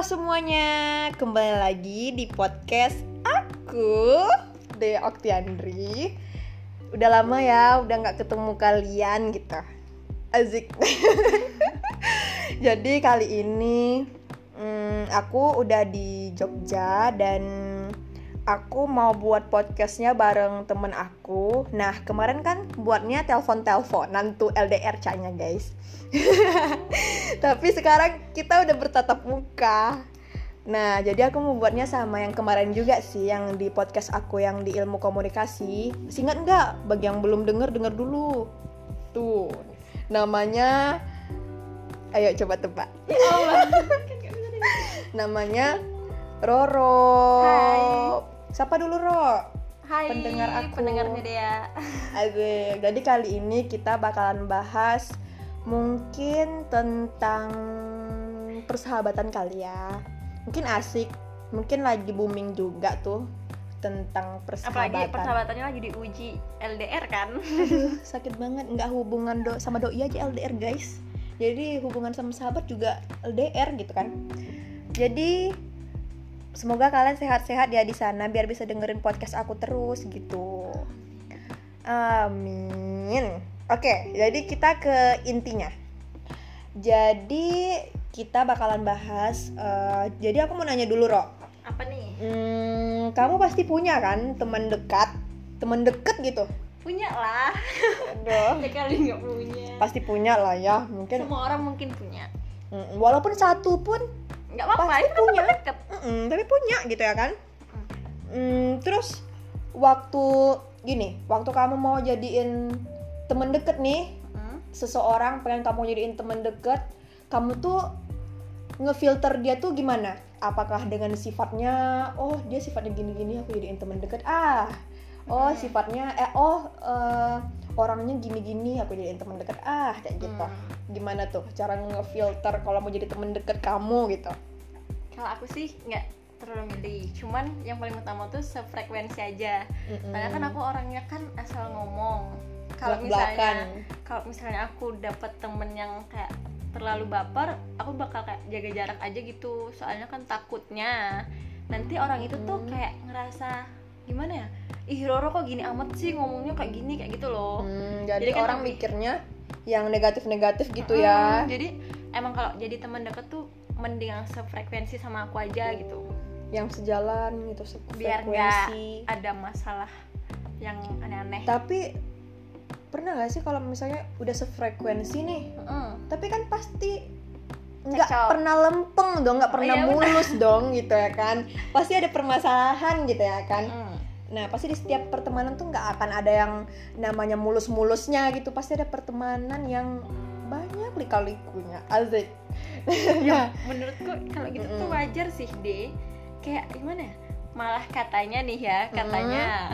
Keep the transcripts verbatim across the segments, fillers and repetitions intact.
Halo semuanya, kembali lagi di podcast aku, Dea Oktiandri. Udah lama ya, udah gak ketemu kalian gitu. Asik. Jadi kali ini hmm, aku udah di Jogja dan aku mau buat podcastnya bareng temen aku. Nah kemarin kan buatnya telepon-teleponan tuh L D R C-nya guys. Tapi sekarang kita udah bertatap muka. Nah jadi aku mau buatnya sama yang kemarin juga sih, yang di podcast aku yang di ilmu komunikasi. Masih ingat nggak? Bagi yang belum denger, denger dulu. Tuh namanya, ayo coba tebak. Ya Allah. Namanya Roro. Hai. Siapa dulu Ro? Hai Pendengar aku. Pendengarnya Dea. Asik. Jadi kali ini kita bakalan bahas mungkin tentang persahabatan kali ya. Mungkin asik, mungkin lagi booming juga tuh tentang persahabatan. Apalagi persahabatannya lagi diuji L D R kan. Aduh, sakit banget. Nggak hubungan do sama doi aja L D R guys. Jadi hubungan sama sahabat juga L D R gitu kan. Jadi semoga kalian sehat-sehat ya di sana biar bisa dengerin podcast aku terus gitu. Amin. Oke, jadi kita ke intinya. Jadi kita bakalan bahas. Uh, jadi aku mau nanya dulu, Ro. Apa nih? Hmm, kamu pasti punya kan teman dekat, teman deket gitu? Punya lah. Aduh. Ya kali nggak punya. Pasti punya lah ya, mungkin. Semua orang mungkin punya. Mm, walaupun satu pun. Nggak apa-apa, Pasti itu kan punya. teman deket. Mm-mm, tapi punya gitu ya kan? Mm, terus waktu gini, waktu kamu mau jadiin temen deket nih, Hmm? seseorang pengen kamu jadiin temen deket, kamu tuh ngefilter dia tuh gimana? Apakah dengan sifatnya, oh dia sifatnya gini-gini aku jadiin temen deket, ah, oh Hmm. sifatnya, eh oh uh, orangnya gini-gini aku jadiin temen deket, ah kayak gitu. Hmm. Gimana tuh cara ngefilter kalau mau jadi temen deket kamu gitu? Kalau aku sih nggak terlalu milih, cuman yang paling utama tuh sefrekuensi aja. Mm-mm. Karena kan aku orangnya kan asal ngomong. Kalau Belak-belakan. misalnya kalau misalnya aku dapat temen yang kayak terlalu baper, aku bakal kayak jaga jarak aja gitu. Soalnya kan takutnya nanti orang itu tuh kayak ngerasa gimana ya? Ih Roro kok gini amat sih ngomongnya kayak gini kayak gitu loh. Hmm, jadi, Jadi kan orang lebih- mikirnya yang negatif-negatif gitu Mm, ya. Jadi emang kalau jadi teman deket tuh mending yang sefrekuensi sama aku aja gitu. Yang sejalan gitu, Biar sefrekuensi. nggak ada masalah yang aneh-aneh. Tapi pernah gak sih kalau misalnya udah sefrekuensi nih, Mm. tapi kan pasti nggak Cekcok. pernah lempeng dong, nggak pernah Iya, mulus dong gitu ya kan. Pasti ada permasalahan gitu ya kan. Mm. Nah pasti di setiap pertemanan tuh nggak akan ada yang namanya mulus-mulusnya gitu. Pasti ada pertemanan yang banyak lika-likunya. Asik. Ya menurutku kalau gitu tuh Mm-mm. wajar sih deh. Kayak gimana ya? Malah katanya nih ya, katanya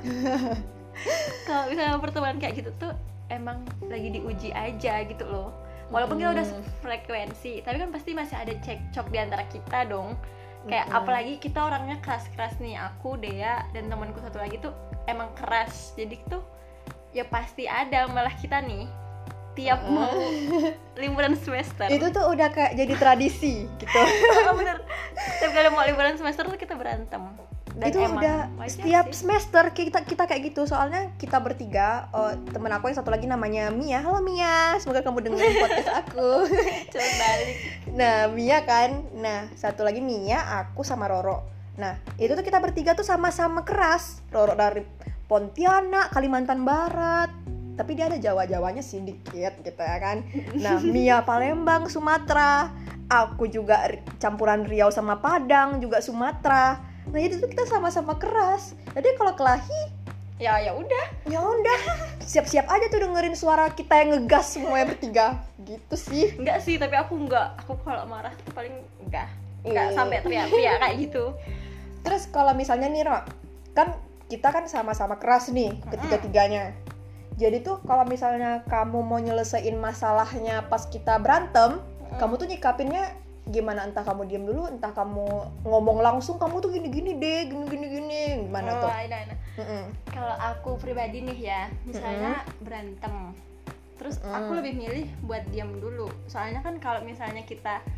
kalau misalnya pertemuan kayak gitu tuh emang lagi diuji aja gitu loh. Walaupun kita udah Mm. frekuensi, tapi kan pasti masih ada cekcok di antara kita dong. Kayak Mm-mm. apalagi kita orangnya keras-keras nih, aku, Dea, dan temanku satu lagi tuh emang keras. Jadi tuh ya pasti ada, malah kita nih tiap Mm-mm. mau liburan semester. Itu tuh udah kayak jadi tradisi gitu. Oh, bener. Setiap kali mau liburan semester tuh kita berantem. Dan Itu emang udah wajar setiap sih. semester kita kita kayak gitu. Soalnya kita bertiga, oh, temen aku yang satu lagi namanya Mia. Halo Mia, semoga kamu dengerin podcast aku. Coba balik. Nah Mia kan, nah satu lagi Mia, aku sama Roro. Nah itu tuh kita bertiga tuh sama-sama keras. Roro dari Pontianak, Kalimantan Barat, tapi dia ada Jawa-Jawanya sedikit gitu ya kan. Nah Mia Palembang, Sumatera. Aku juga ri- campuran Riau sama Padang, juga Sumatera. Nah itu tuh kita sama-sama keras. Jadi kalau kelahi, Ya ya udah. ya udah siap-siap aja tuh dengerin suara kita yang ngegas semuanya bertiga. Gitu sih. Enggak sih, tapi aku enggak. Aku kalau marah tuh paling enggak. Enggak Iya. sampai teriak-teriak kayak gitu. Terus kalau misalnya nih Ro, kan kita kan sama-sama keras nih ketiga-tiganya. Jadi tuh kalau misalnya kamu mau nyelesain masalahnya pas kita berantem, Mm. kamu tuh nyikapinnya gimana? Entah kamu diem dulu, entah kamu ngomong langsung, kamu tuh gini-gini deh, gini-gini gini. Gimana Oh, tuh? enak, enak. Mm-mm. Kalau aku pribadi nih ya, misalnya berantem, terus Mm. aku lebih milih buat diam dulu. Soalnya kan kalau misalnya kita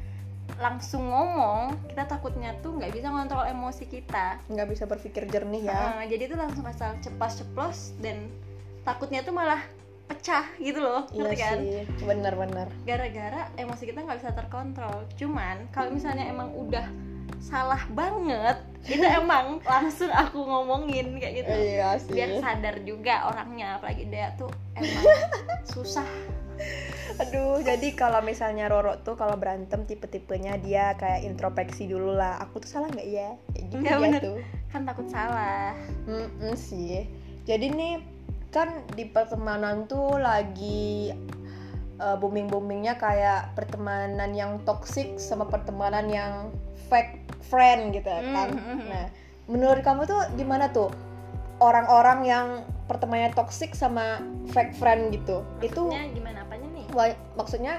langsung ngomong, kita takutnya tuh nggak bisa ngontrol emosi kita, nggak bisa berpikir jernih ya. nah, jadi tuh langsung asal ceplas-ceplos dan takutnya tuh malah pecah gitu loh, ngerti iya kan? sih, benar-benar. Gara-gara emosi kita nggak bisa terkontrol. Cuman kalau misalnya emang udah salah banget, itu emang langsung aku ngomongin kayak gitu. Iya sih. Biar sadar juga orangnya, apalagi dia tuh emang susah. Aduh, jadi kalau misalnya Roro tuh kalau berantem tipe-tipenya dia kayak introspeksi dulu lah. Aku tuh salah nggak ya? Kayak gitu Ya, dia bener. tuh. Kan takut salah. Hmm sih. Jadi nih kan di pertemanan tuh lagi uh, booming-boomingnya kayak pertemanan yang toxic sama pertemanan yang fake friend gitu kan. Mm-hmm. Nah, menurut kamu tuh gimana tuh orang-orang yang pertemanannya toxic sama fake friend gitu? Maksudnya Itu gimana apanya nih? Wah, maksudnya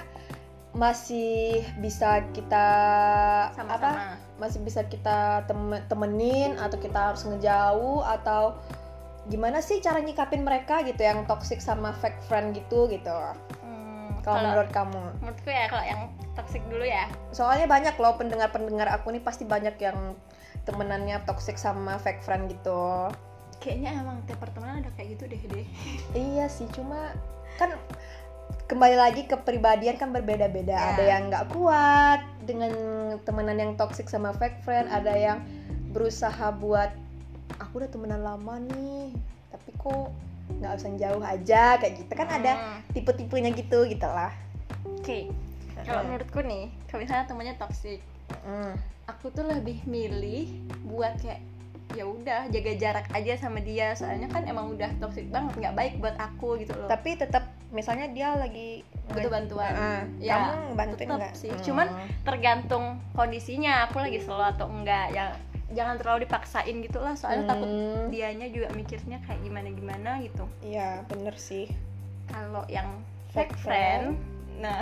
masih bisa kita Sama-sama. apa? Masih bisa kita tem- temenin atau kita harus ngejauh atau gimana sih cara nyikapin mereka gitu yang toxic sama fake friend gitu gitu. Hmm, Kalau menurut kamu? Menurutku ya kalau yang toxic dulu ya. Soalnya banyak loh pendengar-pendengar aku nih pasti banyak yang temenannya toxic sama fake friend gitu. Kayaknya emang tiap pertemanan ada kayak gitu deh deh. Iya sih, cuma kan kembali lagi ke pribadian kan berbeda-beda. Ya. Ada yang nggak kuat dengan temenan yang toxic sama fake friend, ada yang berusaha buat aku udah temenan lama nih, tapi kok nggak usah jauh aja kayak gitu kan. Ada Hmm. tipe-tipenya gitu gitulah. Oke. Kalau menurutku nih, kalau misalnya temennya toxic, Mm. aku tuh lebih milih buat kayak ya udah jaga jarak aja sama dia, soalnya kan emang udah toxic banget, nggak baik buat aku gitu loh. Tapi tetap misalnya dia lagi Butuh bantuan. Uh, Ya, kamu bantuin tetep nggak sih. Hmm. Cuman tergantung kondisinya, aku lagi slow atau enggak. Ya jangan terlalu dipaksain gitu lah, soalnya Hmm. takut dianya juga mikirnya kayak gimana-gimana gitu. Iya bener sih. Kalau yang Fake fake friend, nah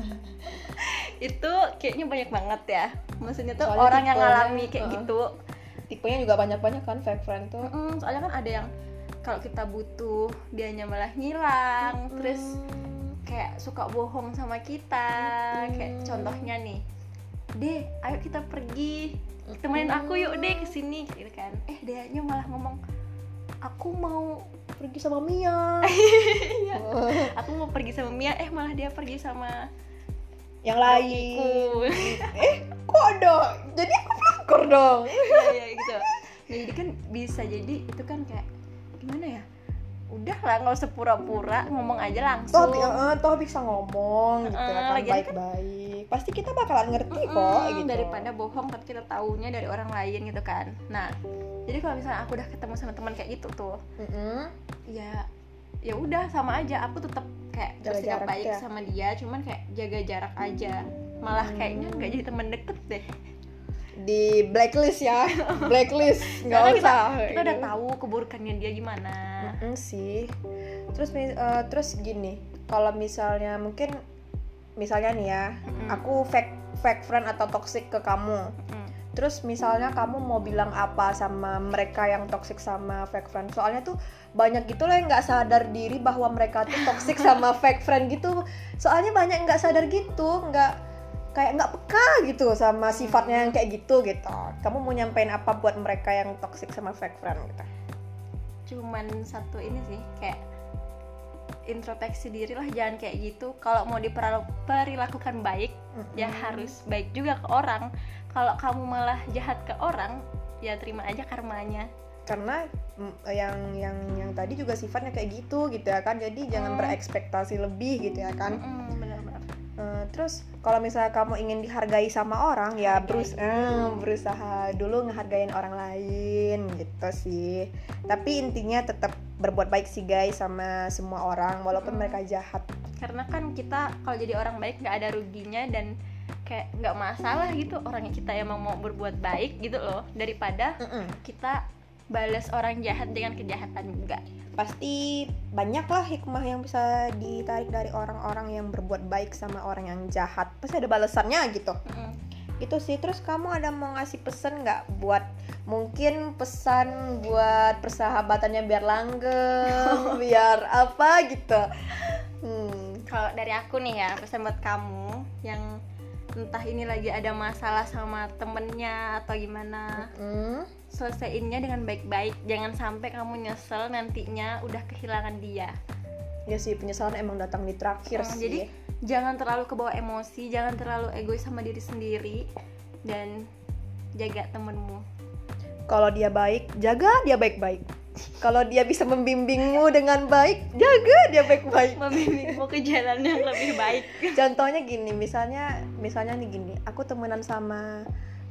itu kayaknya banyak banget ya. Maksudnya tuh Soalnya orang yang tipenya, ngalami kayak uh-uh. gitu. Tipenya juga banyak-banyak kan fake friend tuh. Mm-mm, soalnya kan ada yang kalau kita butuh dianya malah ngilang, Hmm. terus kayak suka bohong sama kita. Hmm. Kayak contohnya nih, deh ayo kita pergi, temenin aku yuk deh kesini gitu kan. Eh dianya malah ngomong aku mau Pergi sama Mia. Iya. aku mau pergi sama Mia, eh malah dia pergi sama Yang lain. doi-ku. Eh kok ada? Jadi aku pelakor dong. Iya iya gitu. Nah, jadi kan bisa jadi itu kan kayak gimana ya? Udah lah nggak usah pura-pura, ngomong aja langsung. Toh, uh, toh bisa ngomong gitu Uh, kan lagian baik-baik. Pasti kita bakalan ngerti Mm-mm, kok gitu. daripada bohong tapi kita taunya dari orang lain gitu kan. Nah, jadi kalau misalnya aku udah ketemu sama teman kayak gitu tuh, Mm-mm. ya ya udah sama aja, aku tetap kayak Jaga bersikap jarak baik ya. sama dia, cuman kayak jaga jarak aja. Malah Hmm. kayaknya nggak jadi teman deket deh. Di blacklist ya, blacklist nggak Karena kita, usah. kita udah gitu. tahu keburukannya dia gimana. Mm-mm sih. Terus mis- eh, terus gini, kalau misalnya mungkin misalnya nih ya, Mm-mm. aku fake fake friend atau toxic ke kamu. Mm. Terus misalnya kamu mau bilang apa sama mereka yang toxic sama fake friend? Soalnya tuh banyak gitu loh yang nggak sadar diri bahwa mereka tuh toxic sama fake friend gitu. Soalnya banyak yang nggak sadar gitu, nggak kayak nggak peka gitu sama sifatnya yang kayak gitu gitu. Kamu mau nyampein apa buat mereka yang toxic sama fake friend gitu? Cuman satu ini sih, kayak introspeksi diri lah, jangan kayak gitu. Kalau mau diperlakukan baik, Mm-mm. ya harus baik juga ke orang. Kalau kamu malah jahat ke orang, ya terima aja karmanya. Karena mm, yang yang yang tadi juga sifatnya kayak gitu gitu ya kan. Jadi jangan Hmm. berekspektasi lebih gitu ya kan. Mm-mm, benar-benar. Uh, terus kalau misalnya kamu ingin dihargai sama orang ya Hargai. berus eh, berusaha dulu ngehargain orang lain gitu sih. Tapi intinya tetap berbuat baik sih guys sama semua orang walaupun Mm. mereka jahat. Karena kan kita kalau jadi orang baik nggak ada ruginya, dan kayak nggak masalah gitu orangnya kita emang mau berbuat baik gitu loh, daripada Mm-mm. kita balas orang jahat dengan kejahatan juga. Pasti banyak lah hikmah yang bisa ditarik dari orang-orang yang berbuat baik sama orang yang jahat. Pasti ada balasannya gitu. Mm-mm. Itu sih. Terus kamu ada mau ngasih pesan nggak buat mungkin pesan buat persahabatannya biar langgeng, biar apa gitu? Hmm. Kalau dari aku nih ya, pesan buat kamu yang entah ini lagi ada masalah sama temennya atau gimana, Hmm. selesaiinnya dengan baik-baik. Jangan sampai kamu nyesel nantinya udah kehilangan dia. Ya sih, penyesalan emang datang di terakhir Hmm, sih. jadi jangan terlalu kebawa emosi, jangan terlalu egois sama diri sendiri, dan jaga temenmu. Kalau dia baik, jaga dia baik-baik. Kalau dia bisa membimbingmu dengan baik, jaga dia baik-baik. Membimbingmu ke jalan yang lebih baik. Contohnya gini, misalnya misalnya nih gini, aku temenan sama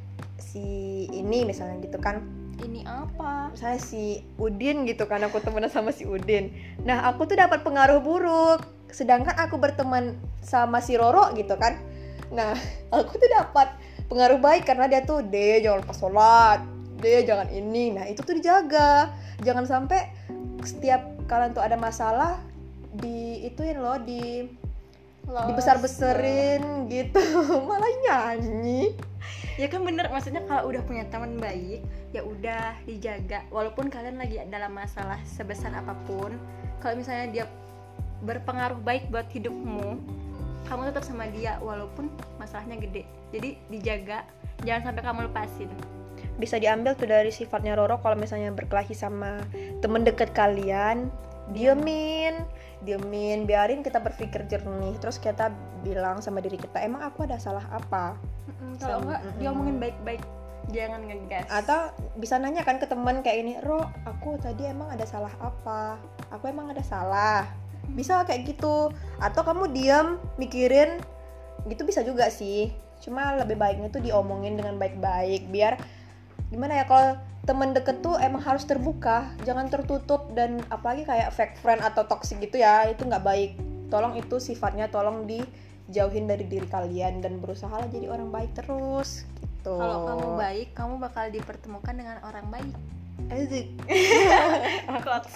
si ini misalnya gitu kan. Ini apa? Misalnya si Udin gitu kan, aku temenan sama si Udin. Nah, aku tuh dapat pengaruh buruk. Sedangkan aku berteman sama si Roro gitu kan. Nah, aku tuh dapat pengaruh baik karena dia tuh, "Deh, jangan lupa sholat. Deh, jangan ini." Nah, itu tuh dijaga. Jangan sampai setiap kalian tuh ada masalah di ituin loh, di Los. dibesar-besarin gitu. Malah nyanyi. Ya kan bener, maksudnya kalau udah punya teman baik, ya udah dijaga. Walaupun kalian lagi dalam masalah sebesar apapun, kalau misalnya dia berpengaruh baik buat hidupmu, kamu tetap sama dia walaupun masalahnya gede. Jadi dijaga, jangan sampai kamu lepasin. Bisa diambil tuh dari sifatnya Roro, kalau misalnya berkelahi sama temen deket kalian, diemin, diemin, biarin kita berpikir jernih. Terus kita bilang sama diri kita, emang aku ada salah apa? Mm-mm, kalau enggak Mm-mm. dia omongin baik-baik, jangan ngegas. Atau bisa nanya kan ke teman kayak ini, "Ro, aku tadi emang ada salah apa? Aku emang ada salah?" Bisa kayak gitu. Atau kamu diam mikirin, gitu bisa juga sih. Cuma lebih baiknya tuh diomongin dengan baik-baik, biar gimana ya, kalau temen deket tuh emang harus terbuka, jangan tertutup. Dan apalagi kayak fake friend atau toxic gitu ya, itu nggak baik. Tolong itu sifatnya tolong dijauhin dari diri kalian dan berusaha lah jadi orang baik terus gitu. Kalau kamu baik, kamu bakal dipertemukan dengan orang baik. Asik. Quotes.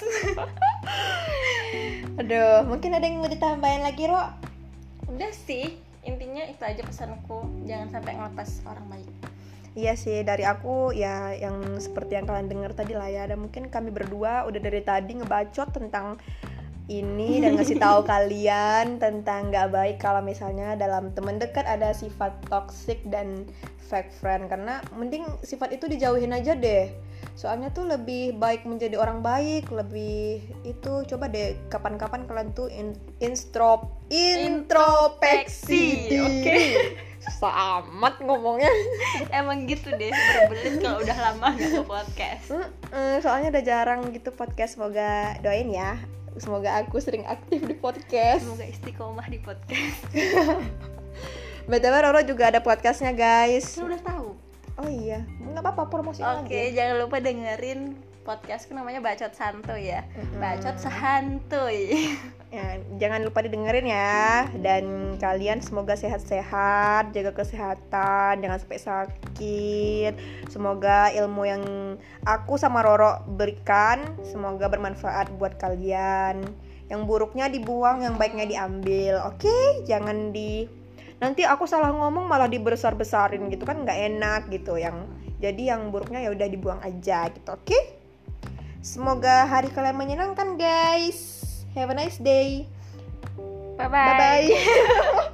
Aduh, mungkin ada yang mau ditambahin lagi, Ro? Udah sih, intinya itu aja pesanku, jangan sampai ngelepas orang baik. Iya sih, dari aku ya yang seperti yang kalian dengar tadi lah ya. Dan mungkin kami berdua udah dari tadi ngebacot tentang ini dan ngasih tahu kalian tentang nggak baik kalau misalnya dalam teman dekat ada sifat toxic dan fake friend. Karena mending sifat itu dijauhin aja deh. Soalnya tuh lebih baik menjadi orang baik, lebih itu coba deh kapan-kapan kalian tuh in, instrop, introspeksi. Oke. Okay. Susah amat ngomongnya. Emang gitu deh, berbelit kalau udah lama gak ke podcast. Mm-mm, soalnya udah jarang gitu podcast. Semoga doain ya, semoga aku sering aktif di podcast. Semoga istiqomah di podcast. B T W Roro juga ada podcastnya guys. Kan udah tahu. Oh iya, nggak apa-apa, promosiin Oke, lagi. jangan lupa dengerin podcastku, namanya Bacot Santuy ya. Mm-mm. Bacot sehantuy. Ya, jangan lupa didengerin ya. Dan kalian semoga sehat-sehat, jaga kesehatan, jangan sampai sakit. Semoga ilmu yang aku sama Roro berikan semoga bermanfaat buat kalian. Yang buruknya dibuang, yang baiknya diambil. Oke, jangan di nanti aku salah ngomong malah dibesar-besarin gitu kan, nggak enak gitu. Yang jadi yang buruknya ya udah dibuang aja gitu. Oke, semoga hari kalian menyenangkan guys. Have a nice day. Bye bye. Bye bye.